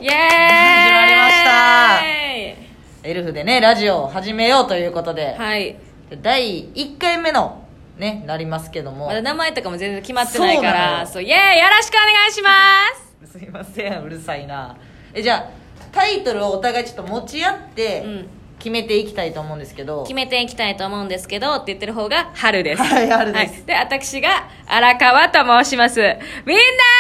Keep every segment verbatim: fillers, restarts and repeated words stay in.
イエーイ始まりましたエルフでねラジオを始めようということで、 はい、 だいいっかいめのねなりますけども、 まだ名前とかも全然決まってないから、そう、イエーイよろしくお願いしますすいませんうるさいな。えじゃあタイトルをお互いちょっと持ち合って決めていきたいと思うんですけど、 決めていきたいと思うんですけどって言ってる方が春です。 はい、春です、 はい、で私が荒川と申します。みんなハッピー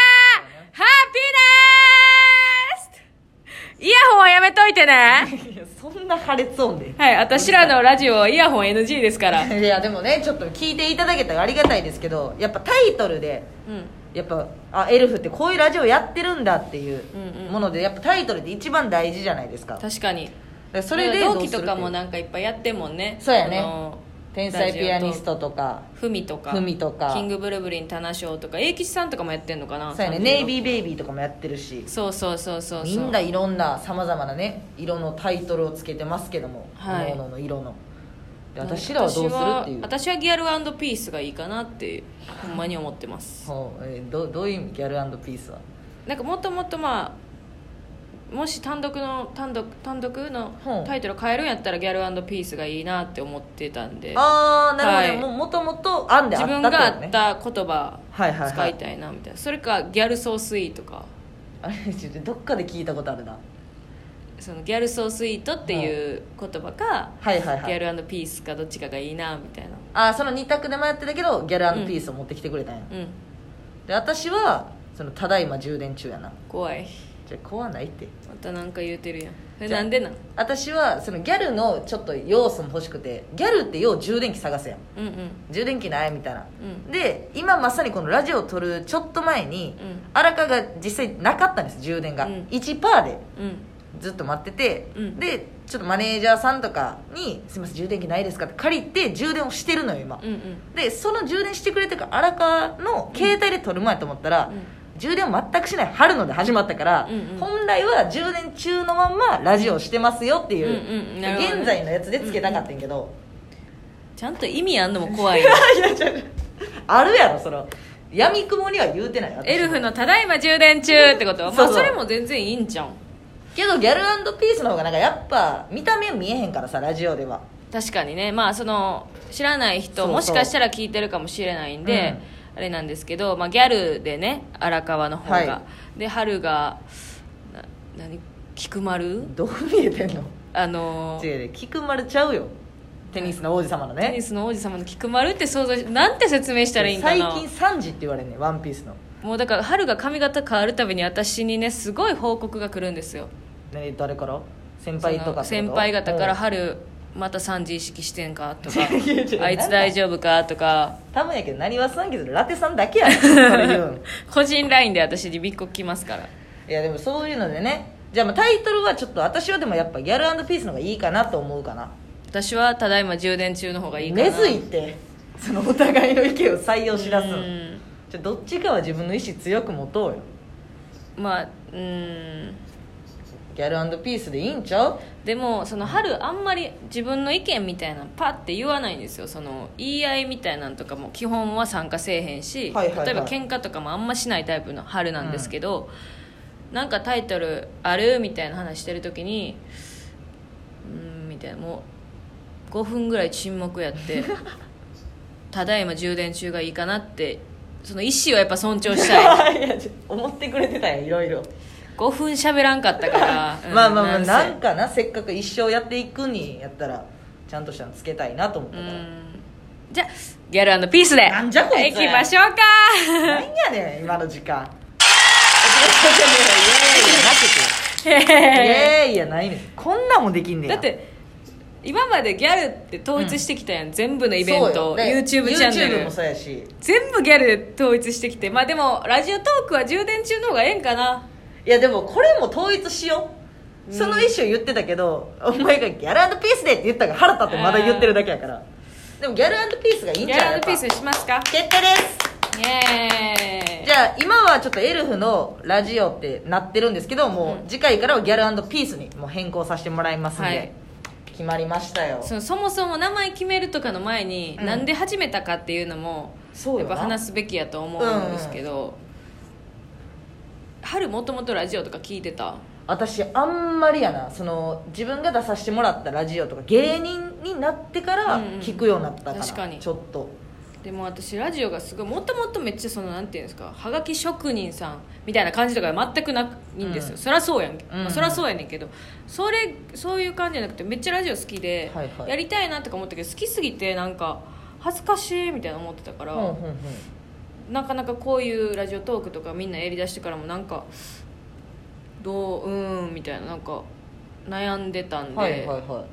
イヤホンはやめといてね。 いやそんな破裂音で、 はい、私らのラジオはイヤホン エヌジー ですから。 いやでもねちょっと聞いていただけたらありがたいですけど、やっぱタイトルで、うん、やっぱあエルフってこういうラジオやってるんだっていうもので、うんうん、やっぱタイトルって一番大事じゃないですか。 確かに。 それで同期とかもなんかいっぱいやってんもんね。 そうやね、天才ピアニストとかふみとかふみとかキングブルブリンタナショーとか英吉さんとかもやってんのかな。 そうやね、ネイビーベイビーとかもやってるし、 そうそうそうそう、 みんないろんなさまざまなね色のタイトルをつけてますけども、 はい、 各々の色ので私らはどうするっていう。 私はギャル&ピースがいいかなってほんまに思ってます。 ほう、えー、ど, どういう意味ギャル&ピースは。 なんかもともとまあもし単独の単独単独のタイトル変えるんやったらギャル&ピースがいいなって思ってたんで、 ああなるほど、はい、ももともとあんであったってことね、 自分があった言葉使いたいなみたいな、はいはいはい、それかギャルソースイートか、 あれどっかで聞いたことあるな、 そのギャルソースイートっていう言葉か、 はいはいはい、 ギャル&ピースかどっちかがいいなみたいな。 ああそのに択で迷ってたけどギャル&ピースを持ってきてくれたんや、うんうん、で私はそのただいま充電中やな。 怖い。 じゃ怖ないって、 またなんか言うてるやん。それなんでなん。 私はそのギャルのちょっと要素も欲しくて、ギャルってよう充電器探すやん、うんうん、充電器ないみたいな、うん、で今まさにこのラジオを撮るちょっと前に、うん、荒川が実際なかったんです、充電が、うん、いちパーセント でずっと待ってて、うん、でちょっとマネージャーさんとかにすいません充電器ないですかって借りて充電をしてるのよ今、うんうん、でその充電してくれてから荒川の携帯で撮る前と思ったら、うんうん充電を全くしない春ので始まったから、うんうん、本来は充電中のまんまラジオしてますよっていう、うんうんね、現在のやつでつけたかったんやけど、うんうん、 ちゃんと意味あんのも怖いいやあるやろその闇雲には言うてない。 エルフのただいま充電中ってことはまあそれも全然いいんちゃうんけどギャル&ピースの方がなんかやっぱ見た目見えへんからさラジオでは。 確かにね、まあその知らない人もしかしたら聞いてるかもしれないんで、うんあれなんですけど、まあ、ギャルでね荒川の方が、はい、で春がな何菊丸どう見えてんの。 あのー、違う菊丸ちゃうよ、テニスの王子様のね、 テニスの王子様の菊丸って想像しなんて説明したらいいんかな。 最近さんじって言われるねワンピースの。 もうだから春が髪型変わるたびに私にねすごい報告が来るんですよ。 ね誰から。先輩とか先輩方から春またさんじ意識してんかとかあいつ大丈夫かとか。 多分やけど何はさんけどラテさんだけやねんそれ言うん個人 ライン で私に密告来ますから。 いやでもそういうのでね、じゃあまあタイトルはちょっと私はでもやっぱギャル&ピースの方がいいかなと思うかな。 私はただいま充電中の方がいいかな。 めずいってそのお互いの意見を採用しだすの。じゃあどっちかは自分の意思強く持とうよ。 まあうーんギャル&ピースでいいんちゃう。 でもその春あんまり自分の意見みたいなのパッて言わないんですよ。その言い合いみたいなのとかも基本は参加せえへんし、はいはいはい、例えば喧嘩とかもあんましないタイプの春なんですけど、うん、なんかタイトルあるみたいな話してる時にうんみたいなもうごふんぐらい沈黙やってただいま充電中がいいかなって、その意思をやっぱ尊重したいいや思ってくれてたんやいろいろごふん喋らんかったから、 うん、まあまあまあなんかなせっかく一生やっていくにやったらちゃんとしたのつけたいなと思ったから、うんじゃあギャル&ピースでなんじゃこいつ行きましょうか。 なんやねん今の時間イエーイやなくてイエーイやないねんこんなんもできんねん。 だって今までギャルって統一してきたやん、うん、全部のイベント YouTube チャンネル YouTube もそうやし全部ギャルで統一してきて、まあでもラジオトークは充電中の方がええんかな。 いやでもこれも統一しよう、うん、その意思を言ってたけどお前がギャル&ピースでって言ったから腹立ってまだ言ってるだけやから。でもギャル&ピースがいいんじゃない。 ギャル&ピースにしますか。 決定です。 イエーイ。 じゃあ今はちょっとエルフのラジオってなってるんですけども、うん、次回からはギャル&ピースにもう変更させてもらいますんで、はい、決まりましたよ。 そ, そもそも名前決めるとかの前に、うん、なんで始めたかっていうのもやっぱ話すべきやと思うんですけど、うんうん、 春もともとラジオとか聞いてた？ 私あんまりやな、その自分が出させてもらったラジオとか芸人になってから聞くようになったから、うんうん、確かにちょっと。 でも私ラジオがすごいもともとめっちゃそのなんていうんですか、はがき職人さんみたいな感じとか全くないんですよ、うん、そりゃそうやんけ、うんうん、まあ、そりゃそうやねんけど、それそういう感じじゃなくてめっちゃラジオ好きで、はいはい、やりたいなとか思ったけど好きすぎてなんか恥ずかしいみたいな思ってたから、うんうんうん、なかなかこういうラジオトークとかみんなやりだしてからもなんかどううーんみたいななんか悩んでたんで、はいはいはい、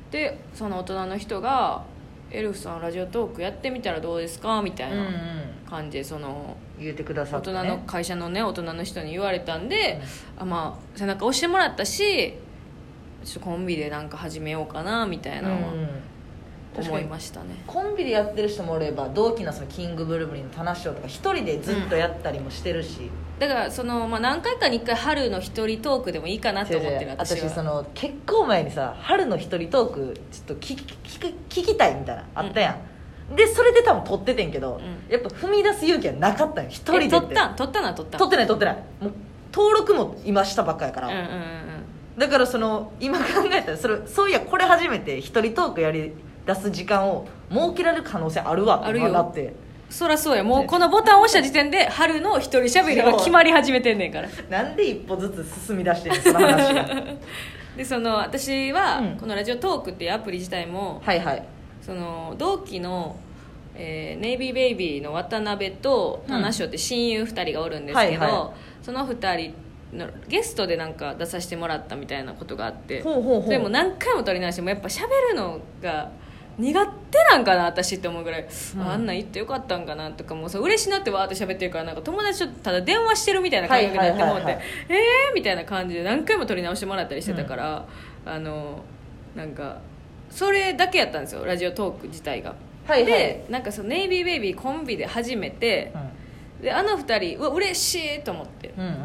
でその大人の人がエルフさんラジオトークやってみたらどうですかみたいな感じで、その言ってくださって、ね、 大人の会社のね大人の人に言われたんで、うん、あまあ背中押してもらったしちょっとコンビでなんか始めようかなみたいなのは思いましたね。 コンビでやってる人もおれば同期のそのキングブルブリンの田無翔とか一人でずっとやったりもしてるし、うん、 だからその、まあ、何回かにいっかい春の一人トークでもいいかなと思ってる。 私は私その結構前にさ春の一人トークちょっと聞き、聞き、聞きたいみたいなあったやん、うん、でそれで多分撮っててんけど、うん、やっぱ踏み出す勇気はなかったんよ一人で。 撮った撮ったな撮った撮ってない撮ってないもう登録も今したばっかやから、うんうんうん、だからその今考えたらそれそういやこれ初めて一人トークやり出す時間を設けられる可能性あるわってなって、 そらそうや、もうこのボタンを押した時点で春の一人しゃべりが決まり始めてんねんから。 なんで一歩ずつ進み出してんのその話がでその私は、うん、このラジオトークっていうアプリ自体も、はいはい、その同期の、えー、ネイビーベイビーの渡辺と田無翔って親友ふたりがおるんですけど、うんはいはい、そのふたりのゲストでなんか出させてもらったみたいなことがあって、ほうほうほう、それも何回も撮り直してもやっぱ喋るのが苦手なんかな私って思うぐらい、うん、あんなん言ってよかったんかなとかもうそう嬉しなってわーって喋ってるからなんか友達とただ電話してるみたいな感覚になって思って、はいはいはいはい、えーみたいな感じで何回も撮り直してもらったりしてたから、うん、あのなんかそれだけやったんですよラジオトーク自体が、はいはい、でなんかそのネイビーベイビーコンビで初めて、うん、であの二人うわ嬉しいと思って、うんうんうん、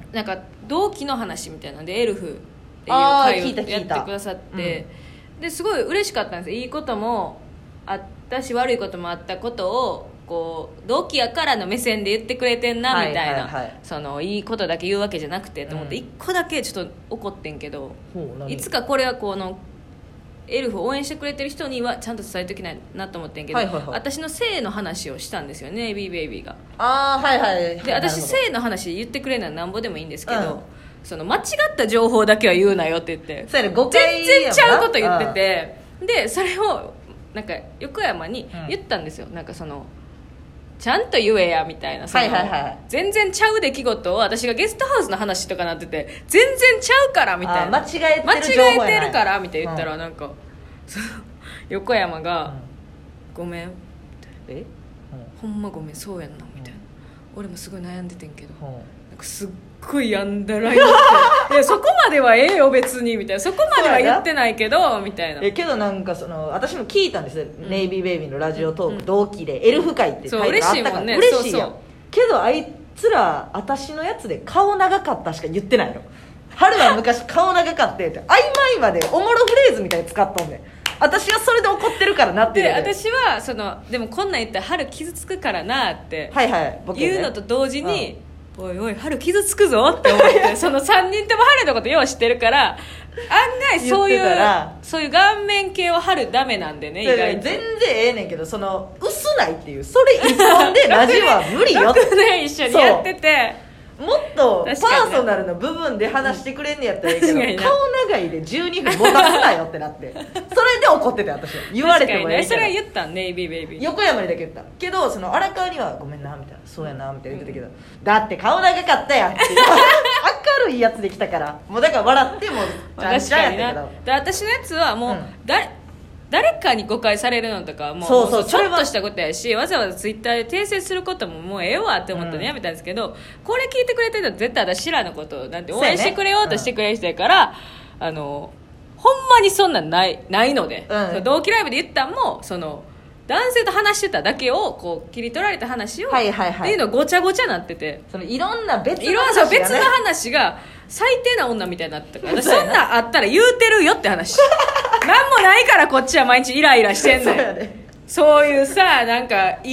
なんか同期の話みたいなのでエルフっていう回をやってくださって、ですごい嬉しかったんですよ。いいこともあったし悪いこともあったことをこう同期やからの目線で言ってくれてんなみたいな、はいはいはい、そのいいことだけ言うわけじゃなくてと思って一、うん、個だけちょっと怒ってんけど、いつかこれはこのエルフを応援してくれてる人にはちゃんと伝えておきないなと思ってんけど、はいはいはい、私の性の話をしたんですよね、ベイビーベイビーが。 ああはいはい。 で私性の話言ってくれるのはなんぼでもいいんですけど、うん、その間違った情報だけは言うなよって言って、 そうやね、誤解全然ちゃうこと言ってて、でそれをなんか横山に言ったんですよ、うん、なんかそのちゃんと言えやみたいな、その、はいはいはい、全然ちゃう出来事を私がゲストハウスの話とかなってて全然ちゃうからみたいな、 間違えてる間違えてるからみたいな言ったら、うん、なんかその横山が、うん、ごめんえ、うん、ほんまごめんそうやんなみたいな、うん、俺もすごい悩んでてんけど、うん、なんかすっごいやんだらいっていやそこまではええよ別にみたいな、そこまでは言ってないけどみたいな。 えけどなんかその私も聞いたんですよ、うん、ネイビーベイビーのラジオトーク、うん、同期でエルフ会ってタイトルあったから、 そう嬉しいもんね、 嬉しいやん。 そうそうけどあいつら私のやつで顔長かったしか言ってないの。春は昔顔長かってって曖昧までおもろフレーズみたいに使っとんねん。私はそれで怒ってるからなってる。 で私はそのでもこんなん言ったら春傷つくからなって言うのと同時に、はいはい、おいおい春傷つくぞって思ってそのさんにんとも春のことよう知ってるから案外そういうそういう顔面系は春ダメなんでね、意外と全然ええねんけど、その薄ないっていうそれ一本でラジオは無理よってろくねん一緒にやっててもっとパーソナルの部分で話してくれんねやったらいいけど、顔長いでじゅうにふん持たすなよってなってそれで怒ってて、私は言われてもええけど、 それは言ったんネイビーベイビー横山にだけ言ったけど、その荒川にはごめんなみたいな、そうやなみたいな言ってたけど、うん、だって顔長かったやんって明るいやつできたからもうだから笑ってもちゃんちゃんやったけど、 で私のやつはもう、うん、誰誰かに誤解されるのとかもうそうそうちょっとしたことやし、わざわざツイッターで訂正することももうええわって思ったのやめたんですけど、うん、これ聞いてくれてると絶対私らのことをなんて応援してくれようとしてくれる人やから、ねうん、あのほんまにそんなんないないので、うん、同期ライブで言ったんもその男性と話してただけをこう切り取られた話を、はいはいはい、っていうのごちゃごちゃなってて、 そのいろんな別の話が、ね、別の話が最低な女みたいになってたからそんなんあったら言うてるよって話なんもないからこっちは毎日イライラしてんのよそういうさなんかいい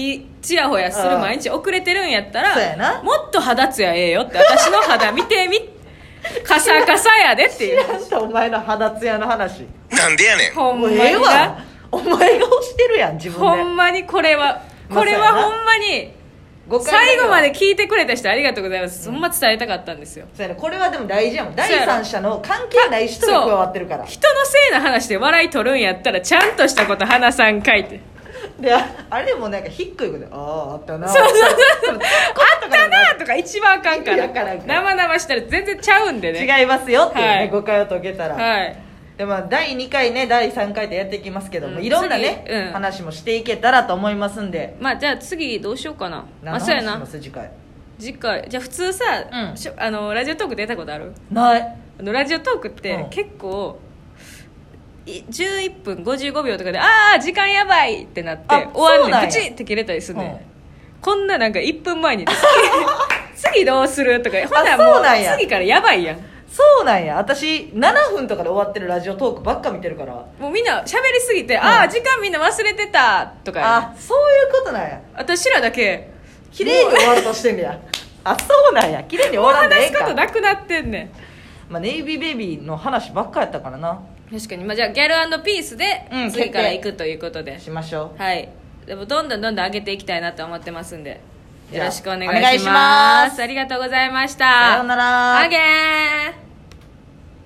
ちやほやする毎日遅れてるんやったら、 そうやなもっと肌ツヤええよって、私の肌見てみカサカサやでっていう知らんとお前の肌ツヤの話。 なんでやねん。 ほんまにもうええわ、お前が押してるやん自分で。 ほんまにこれはこれはほんまに最後まで聞いてくれた人ありがとうございます、うん、ほんま伝えたかったんですよ。 そうやね、これはでも大事やもん。第三者の関係ない人が加わってるから。 人のせいな話で笑い取るんやったらちゃんとしたこと話さんかいて。 で あ, あれもなんか低いことで、あああったな、 そうそうそうあったなとか一番あかんからから生々したら全然ちゃうんでね、 違いますよっていうね、はい、誤解を解けたら、 はい、 でまあ、だいにかいねだいさんかいとやっていきますけども、うん、いろんなね、うん、話もしていけたらと思いますんで、 まあじゃあ次どうしようかな。 何の話します次回。 次回じゃあ普通さ、うん、しょあのラジオトーク出たことある？ ない。 あのラジオトークって結構、うん、じゅういっぷんごじゅうごびょうとかでああ時間やばいってなって終わんねん、プチって切れたりするねん、うん、こんななんかいっぷんまえに次, 次どうするとか、ほなもう次からやばいやん。 そうなんや。私ななふんとかで終わってるラジオトークばっか見てるから、 もうみんな喋りすぎて、うん、ああ時間みんな忘れてたとかや、 あそういうことなんや。 私らだけ綺麗に終わろうとしてんねやあそうなんや、綺麗に終わらんでええか。 話すことなくなってんねん、 まあ、ネイビーベイビーの話ばっかやったからな。 確かに、まあ、じゃあギャル&ピースで次から行くということで、 うん、しましょう。はい、でもどんどんどんどん上げていきたいなと思ってますんでよろしくお願いします。 お願いします。 ありがとうございました。 さようなら。 あげー。